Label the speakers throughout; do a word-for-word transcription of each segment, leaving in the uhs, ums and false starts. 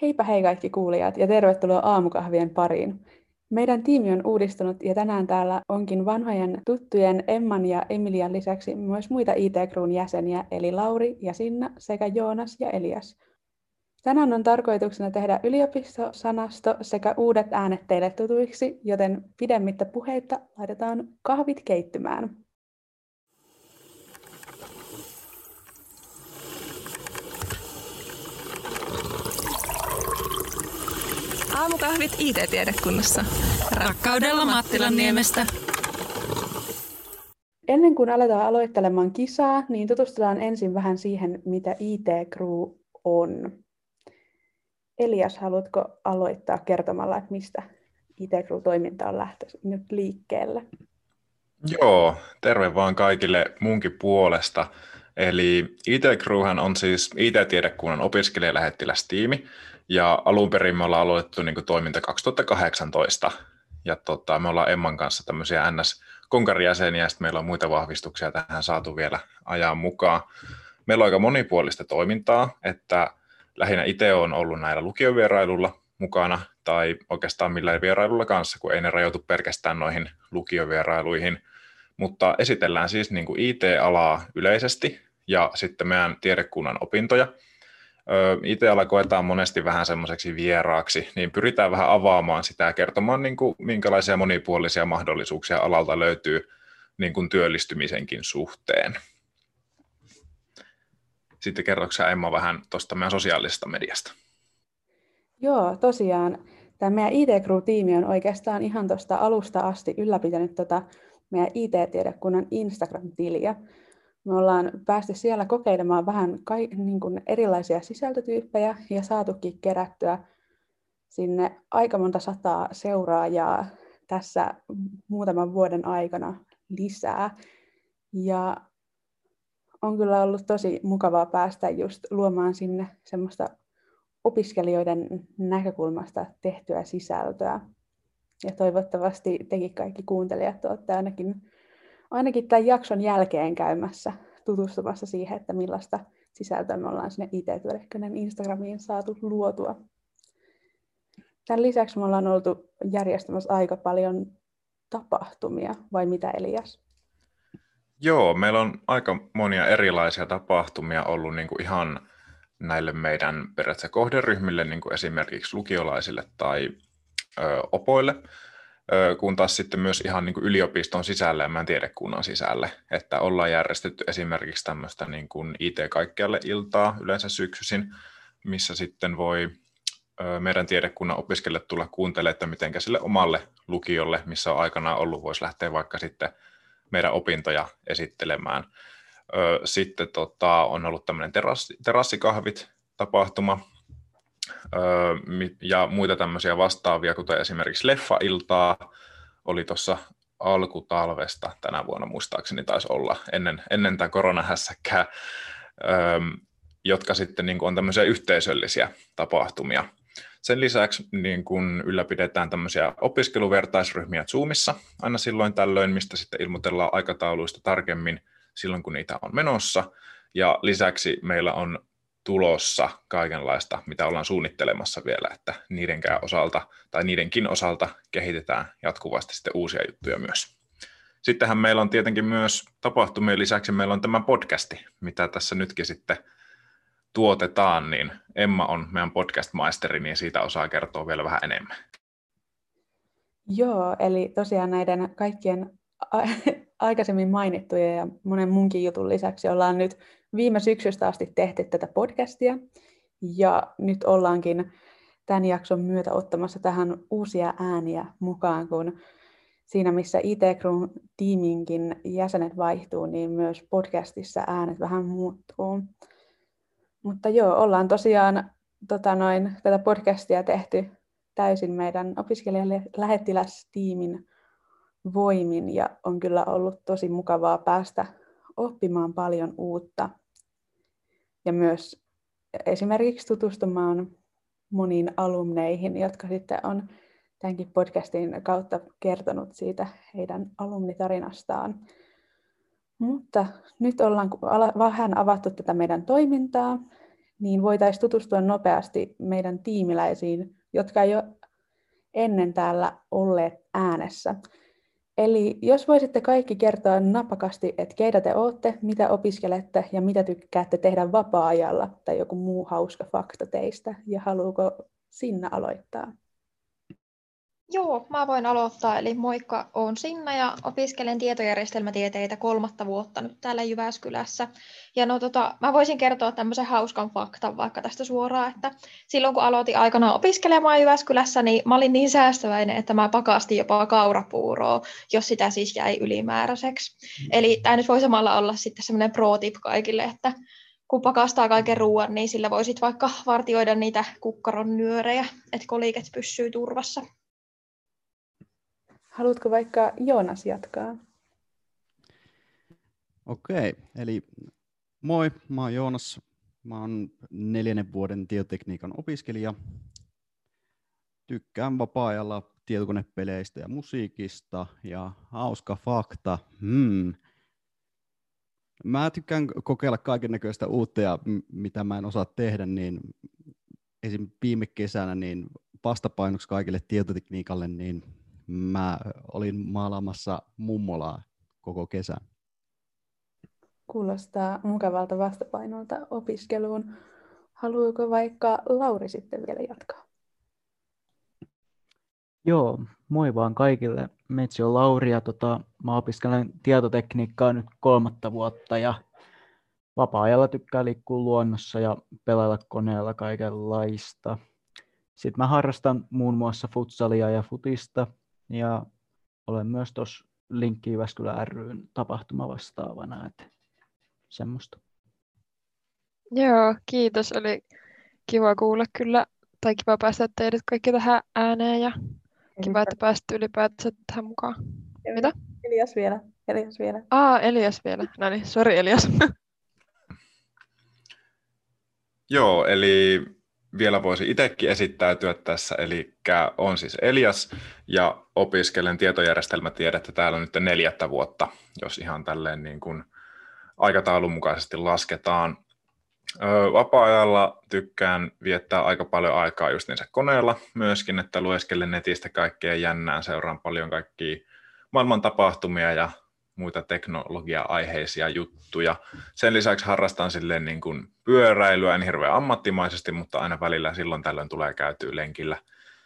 Speaker 1: Heipä hei kaikki kuulijat ja tervetuloa aamukahvien pariin. Meidän tiimi on uudistunut ja tänään täällä onkin vanhojen tuttujen Emman ja Emilian lisäksi myös muita I T-Crewn jäseniä eli Lauri ja Sinna sekä Joonas ja Elias. Tänään on tarkoituksena tehdä yliopistosanasto sekä uudet äänet teille tutuiksi, joten pidemmittä puheitta laitetaan kahvit keittymään.
Speaker 2: Aamukahvit I T-tiedekunnassa. Rakkaudella Mattilanniemestä.
Speaker 1: Ennen kuin aletaan aloittelemaan kisaa, niin tutustutaan ensin vähän siihen, mitä I T-Crew on. Elias, haluatko aloittaa kertomalla, että mistä I T-Crew-toiminta on lähtöisin nyt liikkeelle?
Speaker 3: Joo, terve vaan kaikille munkin puolesta. Eli I T-Crewhän on siis I T-tiedekunnan opiskelijalähettilästiimi, ja alun perin me ollaan aloitettu niin kuin toiminta kaksituhattakahdeksantoista, ja tota, me ollaan Emman kanssa tämmöisiä N S-konkarijäseniä, ja sitten meillä on muita vahvistuksia tähän saatu vielä ajan mukaan. Meillä on aika monipuolista toimintaa, että lähinnä itse on ollut näillä lukiovierailulla mukana, tai oikeastaan millään vierailulla kanssa, kun ei ne rajoitu pelkästään noihin lukiovierailuihin, mutta esitellään siis niin kuin I T-alaa yleisesti, ja sitten meidän tiedekunnan opintoja. I T-ala koetaan monesti vähän semmoiseksi vieraaksi, niin pyritään vähän avaamaan sitä ja kertomaan, niin kuin, minkälaisia monipuolisia mahdollisuuksia alalta löytyy niin kuin työllistymisenkin suhteen. Sitten kerroksä Emma vähän tuosta meidän sosiaalisesta mediasta?
Speaker 1: Joo, tosiaan. Tämä meidän I T-Crew-tiimi on oikeastaan ihan tuosta alusta asti ylläpitänyt tota meidän I T-tiedekunnan Instagram-tiliä. Me ollaan päästy siellä kokeilemaan vähän kai, niin kuin erilaisia sisältötyyppejä ja saatukin kerättyä sinne aika monta sataa seuraajaa tässä muutaman vuoden aikana lisää. Ja on kyllä ollut tosi mukavaa päästä just luomaan sinne semmoista opiskelijoiden näkökulmasta tehtyä sisältöä. Ja toivottavasti tekin kaikki kuuntelijat olette ainakin ainakin tämän jakson jälkeen käymässä tutustumassa siihen, että millaista sisältöä me ollaan sinne I T-tiedekunnan Instagramiin saatu luotua. Tämän lisäksi me ollaan oltu järjestämässä aika paljon tapahtumia, vai mitä Elias?
Speaker 3: Joo, meillä on aika monia erilaisia tapahtumia ollut niin kuin ihan näille meidän periaatteessa kohderyhmille, niin kuin esimerkiksi lukiolaisille tai ö, opoille, kun taas sitten myös ihan niin kuin yliopiston sisälle ja meidän tiedekunnan sisälle, että ollaan järjestetty esimerkiksi tämmöistä niin kuin I T kaikkialle iltaa yleensä syksyisin, missä sitten voi meidän tiedekunnan opiskelijat tulla kuuntelemaan, että miten sille omalle lukiolle, missä on aikanaan ollut, voisi lähteä vaikka sitten meidän opintoja esittelemään. Sitten tota, on ollut tämmöinen terassi, terassikahvit-tapahtuma, ja muita tämmöisiä vastaavia, kuten esimerkiksi leffailtaa oli tuossa alkutalvesta tänä vuonna muistaakseni taisi olla ennen, ennen tämän koronahässäkkää, jotka sitten niin kuin on tämmöisiä yhteisöllisiä tapahtumia. Sen lisäksi niin kuin ylläpidetään tämmöisiä opiskeluvertaisryhmiä Zoomissa aina silloin tällöin, mistä sitten ilmoitellaan aikatauluista tarkemmin silloin, kun niitä on menossa. Ja lisäksi meillä on tulossa kaikenlaista, mitä ollaan suunnittelemassa vielä, että niidenkään osalta, tai niidenkin osalta kehitetään jatkuvasti sitten uusia juttuja myös. Sittenhän meillä on tietenkin myös tapahtumien lisäksi meillä on tämä podcasti, mitä tässä nytkin sitten tuotetaan, niin Emma on meidän podcast-maisteri, niin siitä osaa kertoa vielä vähän enemmän.
Speaker 1: Joo, eli tosiaan näiden kaikkien aikaisemmin mainittujen ja monen munkin jutun lisäksi ollaan nyt viime syksystä asti tehty tätä podcastia, ja nyt ollaankin tämän jakson myötä ottamassa tähän uusia ääniä mukaan, kun siinä missä I T-Crew-tiiminkin jäsenet vaihtuu, niin myös podcastissa äänet vähän muuttuu. Mutta joo, ollaan tosiaan tota noin, tätä podcastia tehty täysin meidän opiskelijalähettilästiimin voimin, ja on kyllä ollut tosi mukavaa päästä oppimaan paljon uutta ja myös esimerkiksi tutustumaan moniin alumneihin, jotka sitten on tämänkin podcastin kautta kertonut siitä heidän alumnitarinastaan. Mutta nyt ollaan vähän avattu tätä meidän toimintaa, niin voitaisiin tutustua nopeasti meidän tiimiläisiin, jotka ei ole ennen täällä olleet äänessä. Eli jos voisitte kaikki kertoa napakasti, että keitä te olette, mitä opiskelette ja mitä tykkäätte tehdä vapaa-ajalla tai joku muu hauska fakta teistä, ja haluuko Sinna aloittaa?
Speaker 4: Joo, mä voin aloittaa. Eli moikka, oon Sinna ja opiskelen tietojärjestelmätieteitä kolmatta vuotta nyt täällä Jyväskylässä. Ja no tota, mä voisin kertoa tämmöisen hauskan faktan vaikka tästä suoraan, että silloin kun aloitin aikanaan opiskelemaan Jyväskylässä, niin mä olin niin säästäväinen, että mä pakastin jopa kaurapuuroa, jos sitä siis jäi ylimääräiseksi. Eli tämä nyt voi samalla olla sitten semmoinen pro-tip kaikille, että kun pakastaa kaiken ruoan, niin sillä voisit vaikka vartioida niitä kukkaron nyörejä, että koliket pysyy turvassa.
Speaker 1: Haluatko vaikka Joonas jatkaa?
Speaker 5: Okei, eli moi, mä oon Joonas. Mä oon neljännen vuoden tietotekniikan opiskelija. Tykkään vapaa-ajalla tietokonepeleistä ja musiikista ja hauska fakta. Hmm. Mä tykkään kokeilla kaikennäköistä uutta ja mitä mä en osaa tehdä, niin esim. Viime kesänä niin vastapainoksi kaikille tietotekniikalle, niin mä olin maalaamassa mummolaa koko kesän.
Speaker 1: Kuulostaa mukavalta vastapainolta opiskeluun. Haluaako vaikka Lauri sitten vielä jatkaa?
Speaker 6: Joo, moi vaan kaikille. Meitsi on Lauri ja tota, mä opiskelen tietotekniikkaa nyt kolmatta vuotta ja vapaa-ajalla tykkää liikkua luonnossa ja pelailla koneella kaikenlaista. Sitten mä harrastan muun muassa futsalia ja futista ja olen myös tuossa Linkki Jyväskylä ry:n tapahtumavastaavana, että semmoista.
Speaker 7: Joo, kiitos. Oli kiva kuulla kyllä, tai kiva päästä teidät kaikki tähän ääneen ja kiva, että pääsitte ylipäätänsä tähän mukaan. Mitä?
Speaker 1: Elias vielä. Elias vielä.
Speaker 7: Aa, Elias vielä. No niin, sori Elias.
Speaker 3: Joo, eli vielä voisi itsekin esittäytyä tässä, eli olen siis Elias ja opiskelen tietojärjestelmätiedettä täällä nyt neljättä vuotta, jos ihan tälleen niin kuin aikataulun mukaisesti lasketaan. Vapaa-ajalla tykkään viettää aika paljon aikaa just niissä koneella myöskin, että lueskelen netistä kaikkea jännää, seuraan paljon kaikkia maailman tapahtumia ja muita teknologia-aiheisia juttuja. Sen lisäksi harrastan silleen niin kuin pyöräilyä, en hirveän ammattimaisesti, mutta aina välillä silloin tällöin tulee käytyä lenkillä.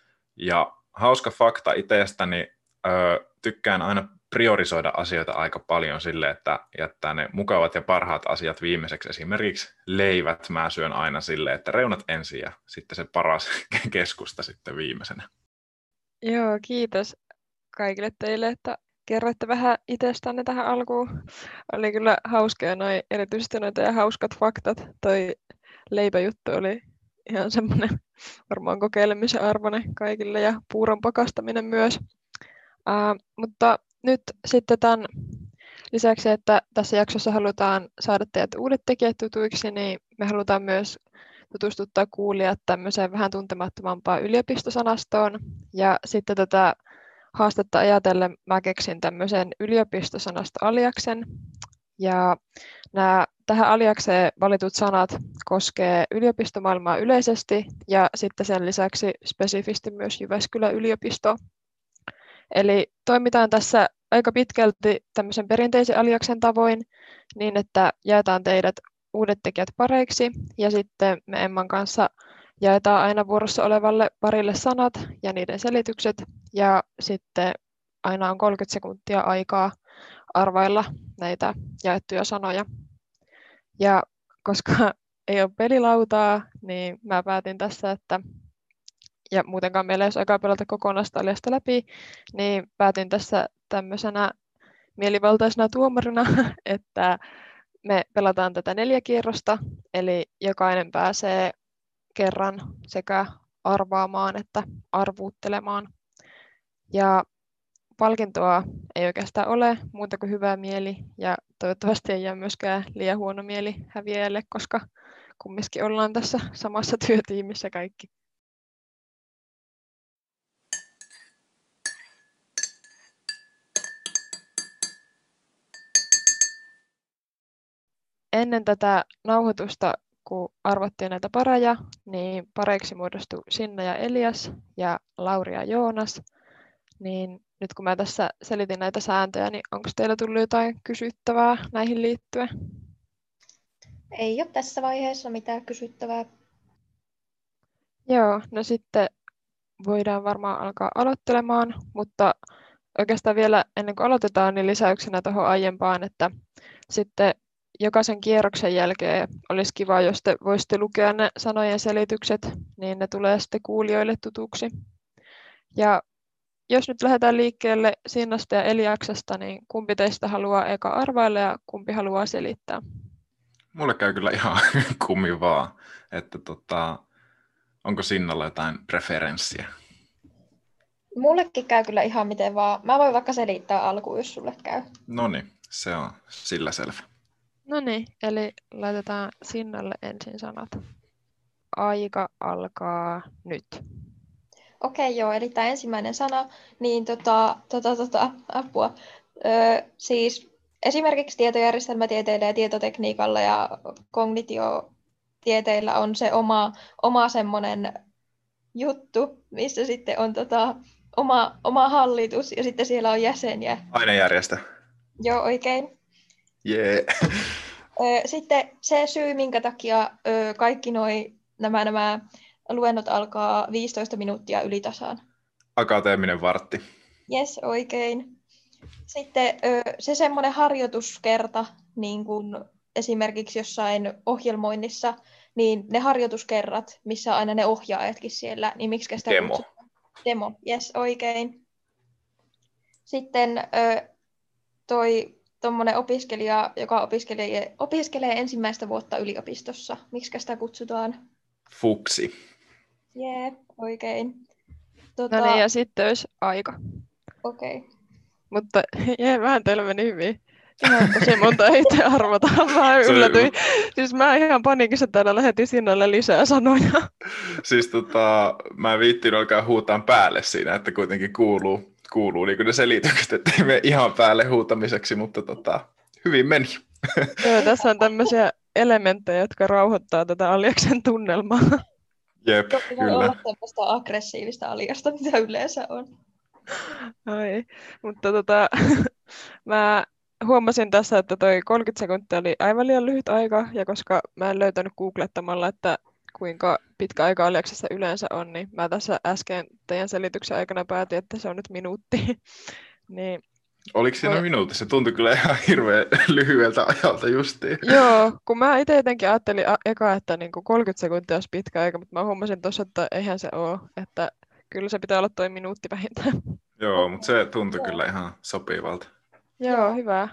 Speaker 3: Ja hauska fakta itsestäni, öö, tykkään aina priorisoida asioita aika paljon sille, että jättää ne mukavat ja parhaat asiat viimeiseksi. Esimerkiksi leivät mä syön aina sille, että reunat ensin ja sitten se paras keskusta sitten viimeisenä.
Speaker 7: Joo, kiitos kaikille teille, että kerroitte vähän itsestänne tähän alkuun. Oli kyllä hauskaa noi, erityisesti noita ja hauskat faktat. Toi leipäjuttu oli ihan semmoinen varmaan kokeilemisen arvoinen kaikille ja puuron pakastaminen myös. Uh, mutta nyt sitten tämän lisäksi, että tässä jaksossa halutaan saada teidät uudet tekijät tutuiksi, niin me halutaan myös tutustuttaa kuulijat tämmöiseen vähän tuntemattomampaan yliopistosanastoon. Ja sitten tätä haastetta ajatellen mä keksin tämmöisen yliopistosanasta-aliaksen. Ja nämä tähän aliakseen valitut sanat koskee yliopistomaailmaa yleisesti ja sitten sen lisäksi spesifisti myös Jyväskylän yliopistoa. Eli toimitaan tässä aika pitkälti tämmöisen perinteisen aliaksen tavoin niin, että jaetaan teidät uudet tekijät pareiksi ja sitten me Emman kanssa jaetaan aina vuorossa olevalle parille sanat ja niiden selitykset ja sitten aina on kolmekymmentä sekuntia aikaa arvailla näitä jaettuja sanoja. Ja koska ei ole pelilautaa, niin mä päätin tässä, että ja muutenkaan meillä ei olisi aikaa pelata kokonaista aliasta läpi, niin päätin tässä tämmöisenä mielivaltaisena tuomarina, että me pelataan tätä neljä kierrosta, eli jokainen pääsee kerran sekä arvaamaan että arvuuttelemaan. Ja palkintoa ei oikeastaan ole muuta kuin hyvä mieli ja toivottavasti ei jää myöskään liian huono mieli häviäjälle, koska kumminkin ollaan tässä samassa työtiimissä kaikki. Ennen tätä nauhoitusta kun arvottiin näitä pareja, niin pareiksi muodostui Sinna ja Elias ja Lauri ja Joonas. Niin nyt kun mä tässä selitin näitä sääntöjä, niin onko teillä tullut jotain kysyttävää näihin liittyen?
Speaker 4: Ei ole tässä vaiheessa mitään kysyttävää.
Speaker 7: Joo, no sitten voidaan varmaan alkaa aloittelemaan, mutta oikeastaan vielä ennen kuin aloitetaan, niin lisäyksenä tuohon aiempaan, että sitten jokaisen kierroksen jälkeen olisi kiva, jos te voisitte lukea ne sanojen selitykset, niin ne tulee sitten kuulijoille tutuksi. Ja jos nyt lähdetään liikkeelle Sinnasta ja Eliaksesta, niin kumpi teistä haluaa eka arvailla ja kumpi haluaa selittää?
Speaker 3: Mulle käy kyllä ihan kummi vaan, että tota, onko Sinnalla jotain preferenssiä?
Speaker 4: Mullekin käy kyllä ihan miten vaan. Mä voin vaikka selittää alkuun, jos sulle käy.
Speaker 3: No niin, se on sillä selvä.
Speaker 7: No niin, eli laitetaan Sinnalle ensin sanat. Aika alkaa nyt.
Speaker 4: Okei, joo, eli tämä ensimmäinen sana, niin tota, tota, tota, apua. Öö, siis esimerkiksi tietojärjestelmätieteillä ja tietotekniikalla ja kognitiotieteillä on se oma, oma semmoinen juttu, missä sitten on tota, oma, oma hallitus ja sitten siellä on jäseniä.
Speaker 3: Ainejärjestö.
Speaker 4: Joo, oikein.
Speaker 3: Jee.
Speaker 4: Öö, sitten se syy, minkä takia öö, kaikki noi, nämä, nämä luennot alkaa viisitoista minuuttia yli tasan.
Speaker 3: Akateeminen vartti.
Speaker 4: Jes, oikein. Sitten se semmoinen harjoituskerta, niin kuin esimerkiksi jossain ohjelmoinnissa, niin ne harjoituskerrat, missä aina ne ohjaajatkin siellä, niin miksi sitä
Speaker 3: Demo.
Speaker 4: kutsutaan? Demo, jes, oikein. Sitten toi tommonen opiskelija, joka opiskelee, opiskelee ensimmäistä vuotta yliopistossa, miksi sitä kutsutaan?
Speaker 3: Fuksi.
Speaker 4: Jee, oikein. Tota,
Speaker 7: No niin, ja sitten olisi aika.
Speaker 4: Okei. Okay.
Speaker 7: Mutta jee, vähän teillä meni hyvin. Ihan tosi monta ei itse arvata. Mä yllätyin. Siis mä ihan paniikissa täällä lähetin Sinnalle lisää sanoja.
Speaker 3: Siis tota, mä en viittin alkaa huutaan päälle siinä, että kuitenkin kuuluu, kuuluu niin kuin ne selitykset, ettei mene ihan päälle huutamiseksi, mutta tota, hyvin meni.
Speaker 7: Joo, tässä on tämmöisiä elementtejä, jotka rauhoittaa tätä Aliaksen tunnelmaa.
Speaker 3: Jep,
Speaker 4: Voi
Speaker 3: kyllä.
Speaker 4: olla tämmöistä aggressiivista aliasta, mitä yleensä on.
Speaker 7: Ai, mutta tota, mä huomasin tässä, että toi kolmekymmentä sekuntia oli aivan liian lyhyt aika, ja koska mä en löytänyt googlettamalla, että kuinka pitkä aika Aliaksessa yleensä on, niin mä tässä äsken teidän selityksen aikana päätin, että se on nyt minuutti. niin,
Speaker 3: Oliko siinä
Speaker 7: voi...
Speaker 3: minuutti? Se tuntui kyllä ihan hirveän lyhyeltä ajalta justiin.
Speaker 7: Joo, kun mä itse jotenkin ajattelin a- eka, että niinku kolmekymmentä sekuntia olisi pitkä aika, mutta mä huomasin tuossa, että eihän se ole, että kyllä se pitää olla toi minuutti vähintään.
Speaker 3: Joo, mutta se tuntui kyllä ihan sopivalta.
Speaker 7: Joo, hyvä.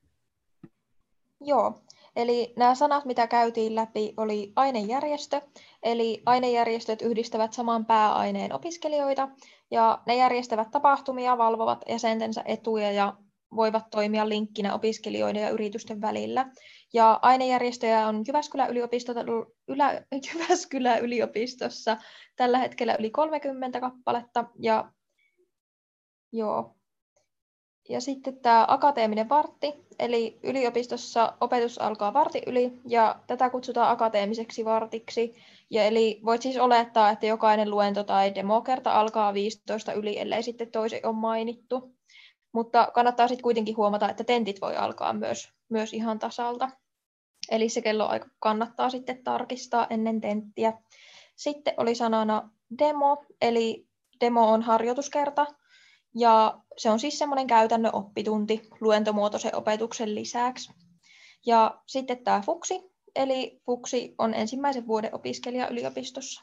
Speaker 4: Joo, eli nämä sanat, mitä käytiin läpi, oli ainejärjestö, eli ainejärjestöt yhdistävät saman pääaineen opiskelijoita, ja ne järjestävät tapahtumia, valvovat jäsentensä etuja ja voivat toimia linkkinä opiskelijoiden ja yritysten välillä. Ja ainejärjestöjä on Jyväskylän, ylä, Jyväskylän yliopistossa tällä hetkellä yli kolmekymmentä kappaletta, ja joo. Ja sitten tämä akateeminen vartti, eli yliopistossa opetus alkaa vartin yli, ja tätä kutsutaan akateemiseksi vartiksi. Ja eli voit siis olettaa, että jokainen luento tai demokerta alkaa viisitoista yli, ellei sitten toisi ole mainittu. Mutta kannattaa sitten kuitenkin huomata, että tentit voi alkaa myös, myös ihan tasalta. Eli se kelloaika kannattaa sitten tarkistaa ennen tenttiä. Sitten oli sanana demo, eli demo on harjoituskerta. Ja se on siis semmoinen käytännön oppitunti luentomuotoisen opetuksen lisäksi. Ja sitten tämä fuksi, eli fuksi on ensimmäisen vuoden opiskelija yliopistossa.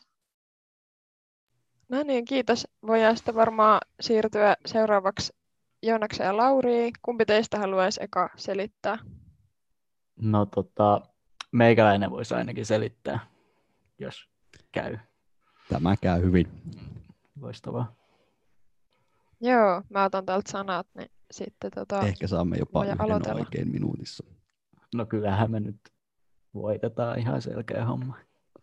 Speaker 7: No niin, kiitos. Voidaan sitten varmaan siirtyä seuraavaksi Joonakseen ja Lauriin. Kumpi teistä haluaisi eka selittää?
Speaker 6: No tota, meikäläinen voisi ainakin selittää, jos käy.
Speaker 5: Tämä käy hyvin.
Speaker 6: Loistavaa.
Speaker 7: Joo, mä otan täältä sanat, niin sitten tota...
Speaker 5: Ehkä saamme jopa
Speaker 7: voidaan
Speaker 5: yhden
Speaker 7: aloitella.
Speaker 5: oikein minuutissa.
Speaker 6: No kyllähän me nyt voitetaan ihan selkeä homma.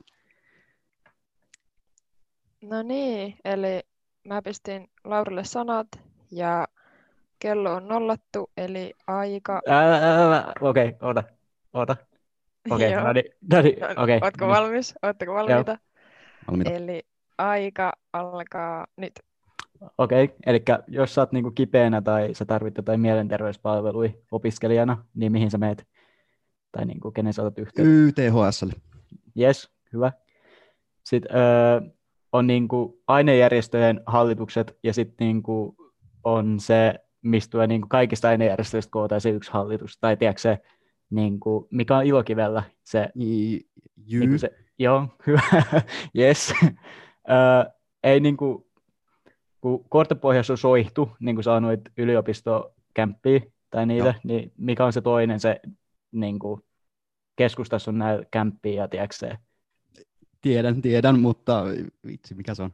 Speaker 7: No niin, eli mä pistin Laurille sanat ja kello on nollattu, eli aika...
Speaker 6: Ää, ää, ää, Okei, okay, oota, oota. Okei,
Speaker 7: Joo.
Speaker 6: no niin, no niin,
Speaker 7: No,
Speaker 6: okei.
Speaker 7: Ootko
Speaker 6: no niin.
Speaker 7: valmis? Ootteko valmiita?
Speaker 5: Valmiita.
Speaker 7: Eli aika alkaa nyt.
Speaker 6: Okei, eli jos sä oot niinku kipeänä tai sä tarvit jotain mielenterveyspalveluja opiskelijana, niin mihin sä meet? Tai niinku, kenen sä otat yhteyttä?
Speaker 5: Y T H S:lle.
Speaker 6: Yes, hyvä. Sitten öö, on niinku ainejärjestöjen hallitukset ja sitten niinku on se, mistä tulee niinku kaikista ainejärjestöistä kootaan se yksi hallitus. Tai tiedätkö se, niinku, mikä on Ilokivellä? Se,
Speaker 5: Y.
Speaker 6: niinku se, joo, hyvä, yes. öö, ei niinku, kun Kortepohjassa on soihtu, niin kuin sanoit, yliopistokämppiä tai niitä,
Speaker 5: Joo.
Speaker 6: niin mikä on se toinen, se niin kuin, keskustassa on näitä kämppiä ja tiedätkö se?
Speaker 5: Tiedän, tiedän, mutta vitsi, mikä se on?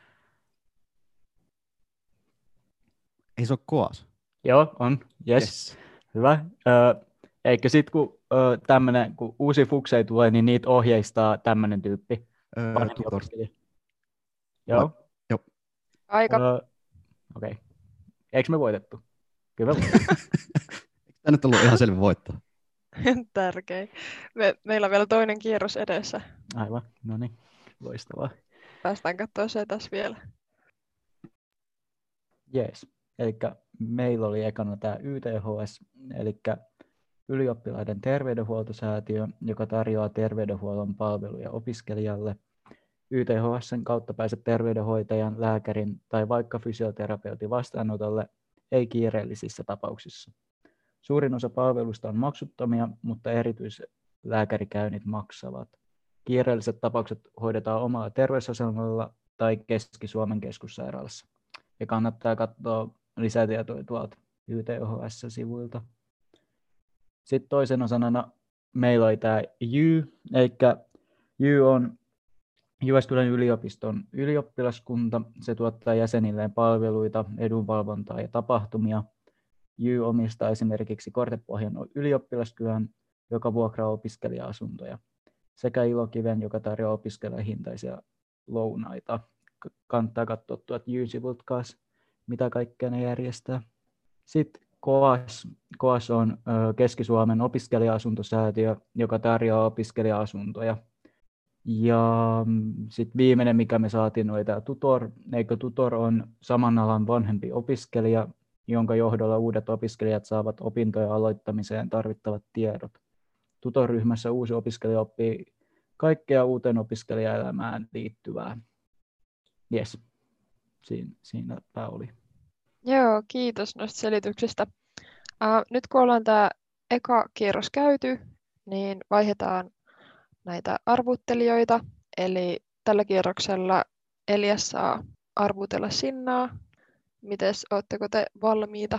Speaker 5: Ei se ole Koas.
Speaker 6: Joo, on, yes,
Speaker 5: Yes.
Speaker 6: hyvä. Ö, eikö sitten kun ö, tämmönen, kun uusia fukseja tulee, niin niitä ohjeistaa tämmöinen tyyppi.
Speaker 5: Öö,
Speaker 6: vanhempi
Speaker 5: tutor.
Speaker 6: opiskelija. Joo,
Speaker 7: Aika.
Speaker 6: Ö, okei. Okay. Eikö me voitettu? Kyllä me voitettu.
Speaker 5: Eikö tämä nyt ollut ihan selvä voittaa?
Speaker 7: Tärkein. Me, meillä on vielä toinen kierros edessä.
Speaker 6: Aivan, no niin, loistavaa.
Speaker 7: Päästään katsoa se tässä vielä.
Speaker 6: Jees. Eli meillä oli ekana tämä Y T H S, eli Ylioppilaiden terveydenhuoltosäätiö, joka tarjoaa terveydenhuollon palveluja opiskelijalle. Y T H S:n kautta pääset terveydenhoitajan, lääkärin tai vaikka fysioterapeutin vastaanotolle, ei kiireellisissä tapauksissa. Suurin osa palveluista on maksuttomia, mutta erityislääkärikäynnit maksavat. Kiireelliset tapaukset hoidetaan omalla terveysasemalla tai Keski-Suomen keskussairaalassa. Ja kannattaa katsoa lisätietoja tuolta Y T H S-sivuilta. Sitten toisen osana meillä oli tämä Y, eli Y on Jyväskylän yliopiston ylioppilaskunta. Se tuottaa jäsenilleen palveluita, edunvalvontaa ja tapahtumia. Y omistaa esimerkiksi Kortepohjan ylioppilaskylän, joka vuokraa opiskelija-asuntoja, sekä Ilokiven, joka tarjoaa opiskelijahintaisia lounaita. Kannattaa katsoa tuolta Y-sivulta kanssa, mitä kaikkea ne järjestää. Sitten Koas. Koas on Keski-Suomen opiskelija-asuntosäätiö, joka tarjoaa opiskelija-asuntoja. Ja sitten viimeinen, mikä me saatiin, oli tämä Tutor. Eikö Tutor on saman alan vanhempi opiskelija, jonka johdolla uudet opiskelijat saavat opintojen aloittamiseen tarvittavat tiedot. Tutor-ryhmässä uusi opiskelija oppii kaikkea uuteen opiskelijaelämään liittyvää. Jes, Siin, siinäpä oli.
Speaker 7: Joo, kiitos noista selityksistä. Uh, nyt kun ollaan tämä eka kierros käyty, niin vaihdetaan näitä arvuttelijoita. Eli tällä kierroksella Elias saa arvutella Sinnaa. Mites, ootteko te valmiita?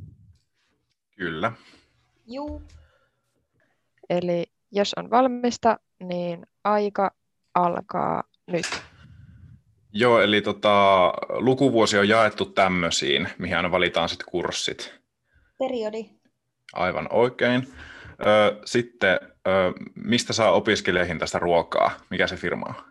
Speaker 3: Kyllä.
Speaker 4: Juu.
Speaker 7: Eli jos on valmista, niin aika alkaa nyt.
Speaker 3: Joo, eli tota, lukuvuosi on jaettu tämmöisiin, mihin aina valitaan sitten kurssit.
Speaker 4: Periodi.
Speaker 3: Aivan oikein. Ö, sitten, ö, mistä saa opiskelijoihin tästä ruokaa? Mikä se firma on?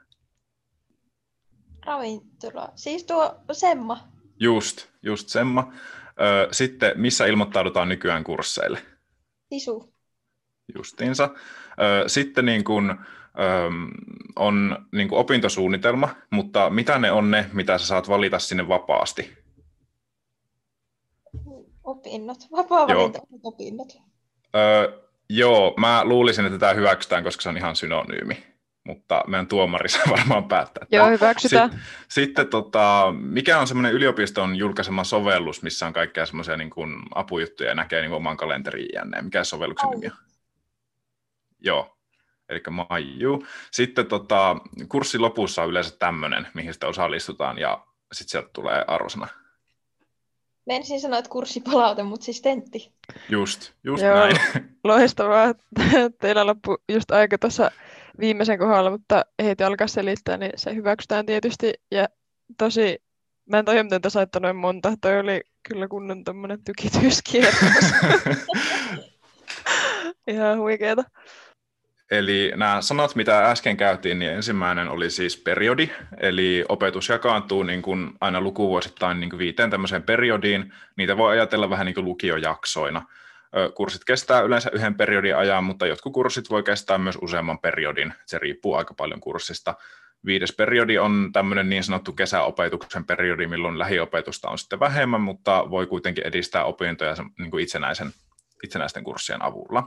Speaker 4: Ravintola. Siis tuo Semma.
Speaker 3: Just, just Semma. Ö, sitten, missä ilmoittaudutaan nykyään kursseille?
Speaker 4: Sisu.
Speaker 3: Justiinsa. Ö, sitten niin kun, ö, on niin kun opintosuunnitelma, mutta mitä ne on ne, mitä sä saat valita sinne vapaasti?
Speaker 4: Opinnot. Vapaa-valinta opinnot.
Speaker 3: Öö, joo, mä luulisin, että tämä hyväksytään, koska se on ihan synonyymi, mutta meidän tuomari saa varmaan päättää.
Speaker 7: Joo, hyväksytään.
Speaker 3: Sitten, sitten tota, mikä on semmoinen yliopiston julkaisema sovellus, missä on kaikkea semmoisia niin kuin apujuttuja ja näkee niin kuin oman kalenterin jänne. Mikä sovelluksen nimi on? Joo, eli Maiju. Sitten tota, kurssin lopussa on yleensä tämmöinen, mihin sitten osallistutaan ja sitten sieltä tulee arvosana.
Speaker 4: Mä ensin sanoa, että kurssipalaute, mutta siis tentti.
Speaker 3: Just, just
Speaker 7: Joo,
Speaker 3: näin.
Speaker 7: loistavaa. Teillä loppui just aika tuossa viimeisen kohdalla, mutta heti alkaa selittää, niin se hyväksytään tietysti. Ja tosi, mä en tajua, miten te saitte noin monta. Toi oli kyllä kunnon tommonen tykityskierros. Ihan huikeeta.
Speaker 3: Eli nämä sanat, mitä äsken käytiin, niin ensimmäinen oli siis periodi, eli opetus jakaantuu niin kuin aina lukuvuosittain niin kuin viiteen tämmöiseen periodiin. Niitä voi ajatella vähän niin kuin lukiojaksoina. Kurssit kestää yleensä yhden periodin ajan, mutta jotkut kurssit voi kestää myös useamman periodin. Se riippuu aika paljon kurssista. Viides periodi on tämmöinen niin sanottu kesäopetuksen periodi, milloin lähiopetusta on sitten vähemmän, mutta voi kuitenkin edistää opintoja niin kuin itsenäisen, itsenäisten kurssien avulla.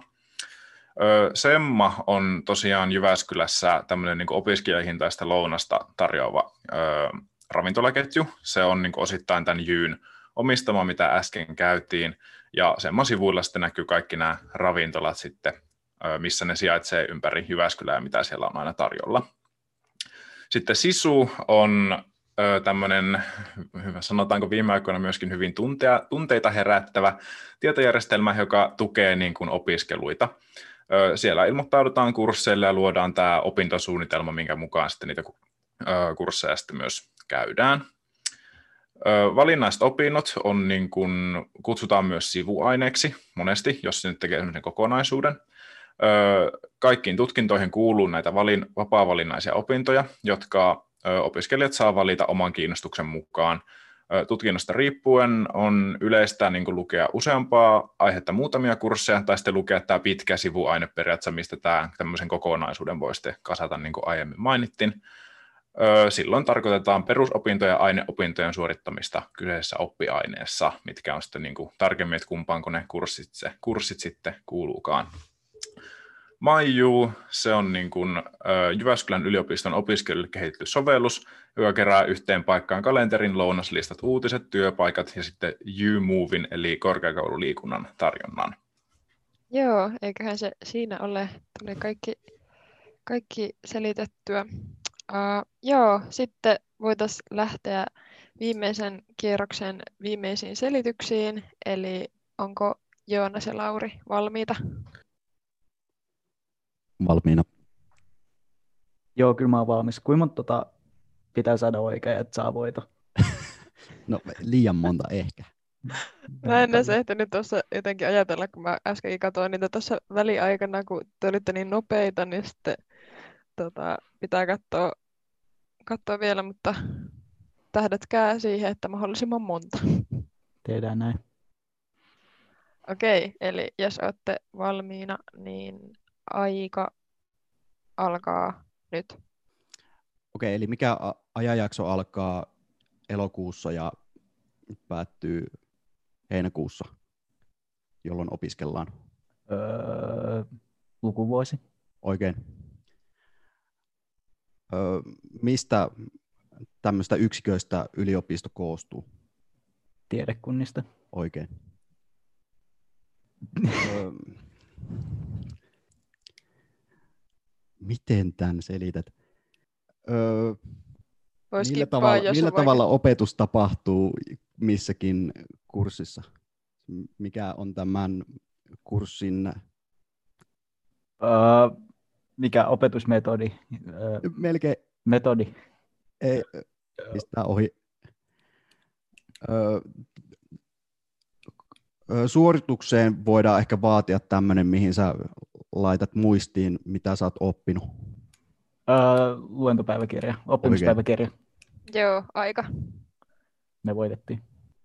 Speaker 3: Semma on tosiaan Jyväskylässä tämmöinen niin kuin opiskelijahintaista lounasta tarjoava ö, ravintolaketju. Se on niin kuin osittain tämän Jyn omistama, mitä äsken käytiin, ja Semman sivuilla sitten näkyy kaikki nämä ravintolat sitten, missä ne sijaitsee ympäri Jyväskylää, mitä siellä on aina tarjolla. Sitten Sisu on tämmöinen, sanotaanko viime aikoina myöskin hyvin tuntea, tunteita herättävä tietojärjestelmä, joka tukee niin kuin opiskeluita. Siellä ilmoittaudutaan kursseille ja luodaan tämä opintosuunnitelma, minkä mukaan sitten niitä kursseja sitten myös käydään. Valinnaiset opinnot on niin kuin, kutsutaan myös sivuaineeksi monesti, jos se nyt tekee sellaisen kokonaisuuden. Kaikkiin tutkintoihin kuuluu näitä valin, vapaa-valinnaisia opintoja, jotka opiskelijat saa valita oman kiinnostuksen mukaan. Tutkinnosta riippuen on yleistä niin kuin lukea useampaa aihetta muutamia kursseja, tai sitten lukea tämä pitkä sivuaine periaatteessa, mistä tämä, tämmöisen kokonaisuuden voi sitten kasata, niin kuin aiemmin mainittiin. Silloin tarkoitetaan perusopintoja ja aineopintojen suorittamista kyseisessä oppiaineessa, mitkä on sitten niin kuin tarkemmin, että kumpaanko ne kurssit, se, kurssit sitten kuuluukaan. Maiju, se on niin kuin Jyväskylän yliopiston opiskelijoille kehitetty sovellus, joka kerää yhteen paikkaan kalenterin, lounaslistat, uutiset, työpaikat ja sitten U-Movin eli korkeakoululiikunnan tarjonnan.
Speaker 7: Joo, eiköhän se siinä ole, tuli kaikki, kaikki selitettyä. Uh, joo, sitten voitaisiin lähteä viimeisen kierroksen viimeisiin selityksiin, eli onko Joonas ja Lauri valmiita?
Speaker 5: Valmiina.
Speaker 6: Joo, kyllä mä oon valmis. Kuinka monta tota pitää saada oikein, että saa voita?
Speaker 5: No liian monta ehkä.
Speaker 7: Mä en edes ehtinyt tuossa jotenkin ajatella, kun mä äsken katsoin niitä tuossa väliaikana, kun te olitte niin nopeita, niin sitten tota, pitää katsoa, katsoa vielä, mutta tähdätkää siihen, että mahdollisimman monta.
Speaker 6: Tehdään näin.
Speaker 7: Okei, eli jos olette valmiina, niin aika alkaa nyt.
Speaker 5: Okei, eli mikä ajanjakso alkaa elokuussa ja päättyy heinäkuussa, jolloin opiskellaan?
Speaker 6: Öö, lukuvuosi.
Speaker 5: Oikein. Öö, mistä tämmöistä yksiköistä yliopisto koostuu?
Speaker 6: Tiedekunnista.
Speaker 5: Oikein. öö, miten tämän selität? Öö, millä tavalla, millä tavalla opetus tapahtuu missäkin kurssissa? Mikä on tämän kurssin...
Speaker 6: Öö, mikä opetusmetodi? Öö,
Speaker 5: Melkein.
Speaker 6: Metodi.
Speaker 5: Ei, pistää ohi. Öö, suoritukseen voidaan ehkä vaatia tämmöinen, mihin sä laitat muistiin, mitä sä oot oppinut.
Speaker 6: Öö, luentopäiväkirja, oppimispäiväkirja.
Speaker 7: Joo, aika.
Speaker 6: Me voitettiin.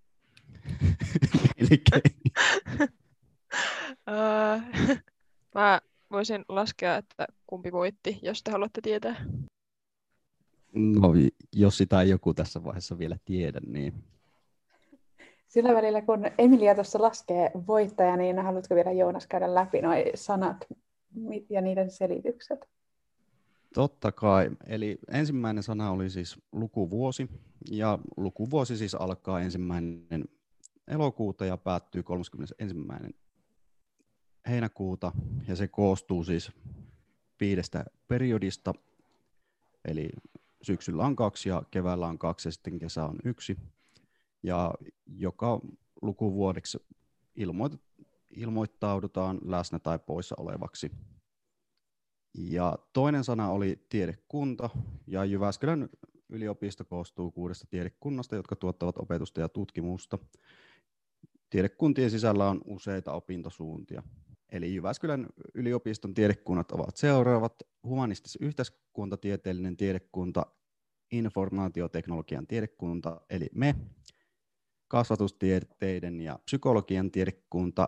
Speaker 7: Mä voisin laskea, että kumpi voitti, jos te haluatte tietää.
Speaker 5: No, jos sitä ei joku tässä vaiheessa vielä tiedä, niin...
Speaker 1: Sillä välillä, kun Emilia tuossa laskee voittaja, niin haluatko vielä Joonas käydä läpi nuo sanat ja niiden selitykset?
Speaker 5: Totta kai. Eli ensimmäinen sana oli siis lukuvuosi, ja lukuvuosi siis alkaa ensimmäinen elokuuta ja päättyy kolmaskymmenesensimmäinen heinäkuuta, ja se koostuu siis viidestä periodista, eli syksyllä on kaksi ja keväällä on kaksi ja sitten kesä on yksi, ja joka lukuvuodeksi ilmoit- ilmoittaudutaan läsnä tai poissa olevaksi. Ja toinen sana oli tiedekunta, ja Jyväskylän yliopisto koostuu kuudesta tiedekunnasta, jotka tuottavat opetusta ja tutkimusta. Tiedekuntien sisällä on useita opintosuuntia. Eli Jyväskylän yliopiston tiedekunnat ovat seuraavat: humanistis-yhteiskuntatieteellinen tiedekunta, informaatioteknologian tiedekunta, eli me, kasvatustieteiden ja psykologian tiedekunta,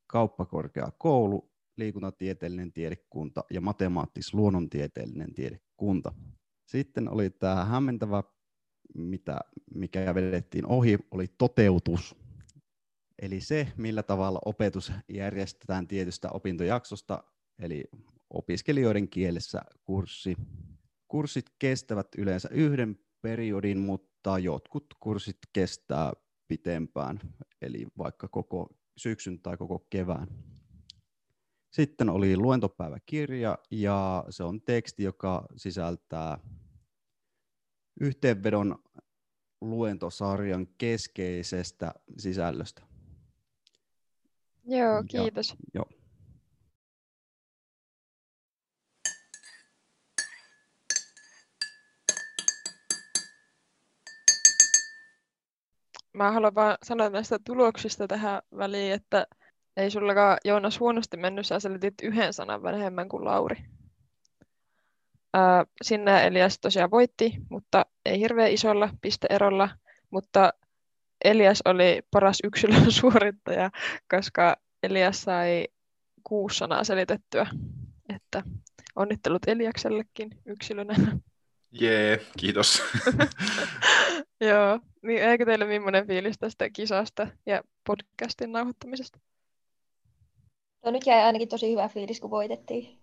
Speaker 5: kauppakorkeakoulu, liikuntatieteellinen tiedekunta ja matemaattis-luonnontieteellinen tiedekunta. Sitten oli tämä hämmentävä, mitä, mikä vedettiin ohi, oli toteutus. Eli se, millä tavalla opetus järjestetään tietystä opintojaksosta, eli opiskelijoiden kielessä kurssi. Kurssit kestävät yleensä yhden periodin, mutta jotkut kurssit kestää pitempään, eli vaikka koko syksyn tai koko kevään. Sitten oli luentopäiväkirja, ja se on teksti, joka sisältää yhteenvedon luentosarjan keskeisestä sisällöstä.
Speaker 7: Joo, kiitos.
Speaker 5: Ja, joo.
Speaker 7: Mä haluan vaan sanoa näistä tuloksista tähän väliin, että ei sullakaan, Joonas, huonosti mennyt, sä selitit yhden sanan vähemmän kuin Lauri. Ää, Sinne ja Elias tosiaan voitti, mutta ei hirveän isolla pisteerolla, mutta Elias oli paras yksilön suorittaja, koska Elias sai kuusi sanaa selitettyä, että onnittelut Eliaksellekin yksilönä.
Speaker 3: Jee, kiitos.
Speaker 7: Joo, niin eikö teille millainen fiilis tästä kisasta ja podcastin nauhoittamisesta?
Speaker 4: No nyt jäi ainakin tosi hyvä fiilis, kun voitettiin.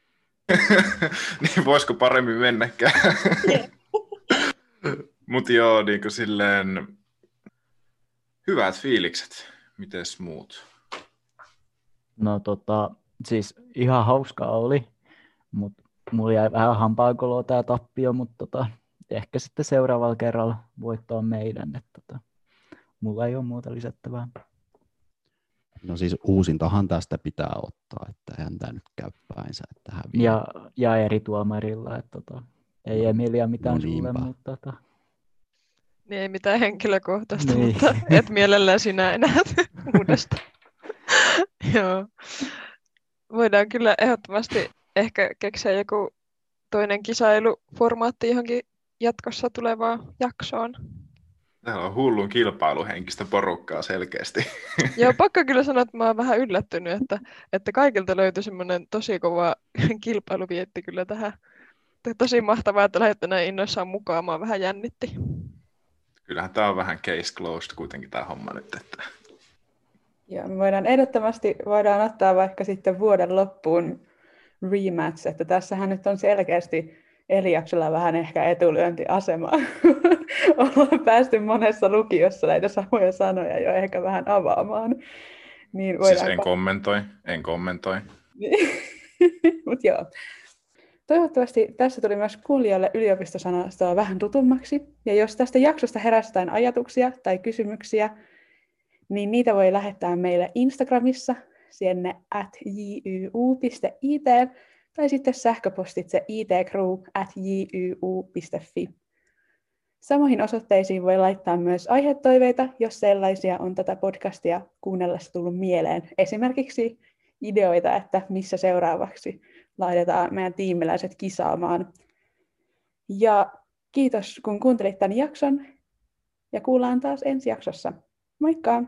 Speaker 3: Niin voisiko paremmin mennäkään? Mutta joo, niin kuin silleen hyvät fiilikset. Mites muut?
Speaker 6: No tota, siis ihan hauskaa oli, mutta mulla jäi vähän hampaankoloa tää tappio, mutta tota, ehkä sitten seuraavalla kerralla voittaa meidän, että tota, mulla ei ole muuta lisättävää.
Speaker 5: No siis uusintahan tästä pitää ottaa, että eihän tämä nyt käy päinsä, että häviää.
Speaker 6: Ja, ja eri tuomarilla, että tota, ei no, Emilia mitään
Speaker 5: no
Speaker 6: sulle,
Speaker 5: niinpä.
Speaker 6: mutta tota.
Speaker 7: Niin ei mitään henkilökohtaista,
Speaker 6: Niin.
Speaker 7: mutta et mielellään sinä enää uudestaan. Joo. Voidaan kyllä ehdottomasti ehkä keksiä joku toinen kisailuformaatti johonkin jatkossa tulevaan jaksoon.
Speaker 3: Täällä on hullun kilpailuhenkistä porukkaa selkeästi.
Speaker 7: Joo, pakko kyllä sanoa, että mä oon vähän yllättynyt, että, että kaikilta löytyi semmoinen tosi kova kilpailuvietti kyllä tähän. Tosi mahtavaa, että lähdette näin innoissaan mukaan. Mä vähän jännitti.
Speaker 3: Kyllähän tää on vähän case closed kuitenkin tää homma nyt. Että...
Speaker 1: Joo, me voidaan ehdottomasti voidaan ottaa vaikka sitten vuoden loppuun rematch, että tässähän nyt on selkeästi Eliaksella vähän ehkä etulyöntiasemaa. Ollaan päästy monessa lukiossa näitä samoja sanoja jo ehkä vähän avaamaan. Niin
Speaker 3: siis en kommentoi, en kommentoi.
Speaker 1: Mut joo. Toivottavasti tässä tuli myös kuulijoille yliopistosanastoa vähän tutummaksi. Ja jos tästä jaksosta heräsi jotain ajatuksia tai kysymyksiä, niin niitä voi lähettää meille Instagramissa sinne at j y u piste i t tai sitten sähköpostitse itcrew at j y u piste f i. Samoihin osoitteisiin voi laittaa myös aihetoiveita, jos sellaisia on tätä podcastia kuunnellessa tullut mieleen. Esimerkiksi ideoita, että missä seuraavaksi laitetaan meidän tiimiläiset kisaamaan. Ja kiitos, kun kuuntelit tämän jakson. Ja kuullaan taas ensi jaksossa. Moikka!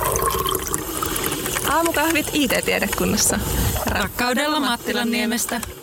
Speaker 2: Aamukahvit I T-tiedekunnassa. Rakkaudella Mattilanniemestä.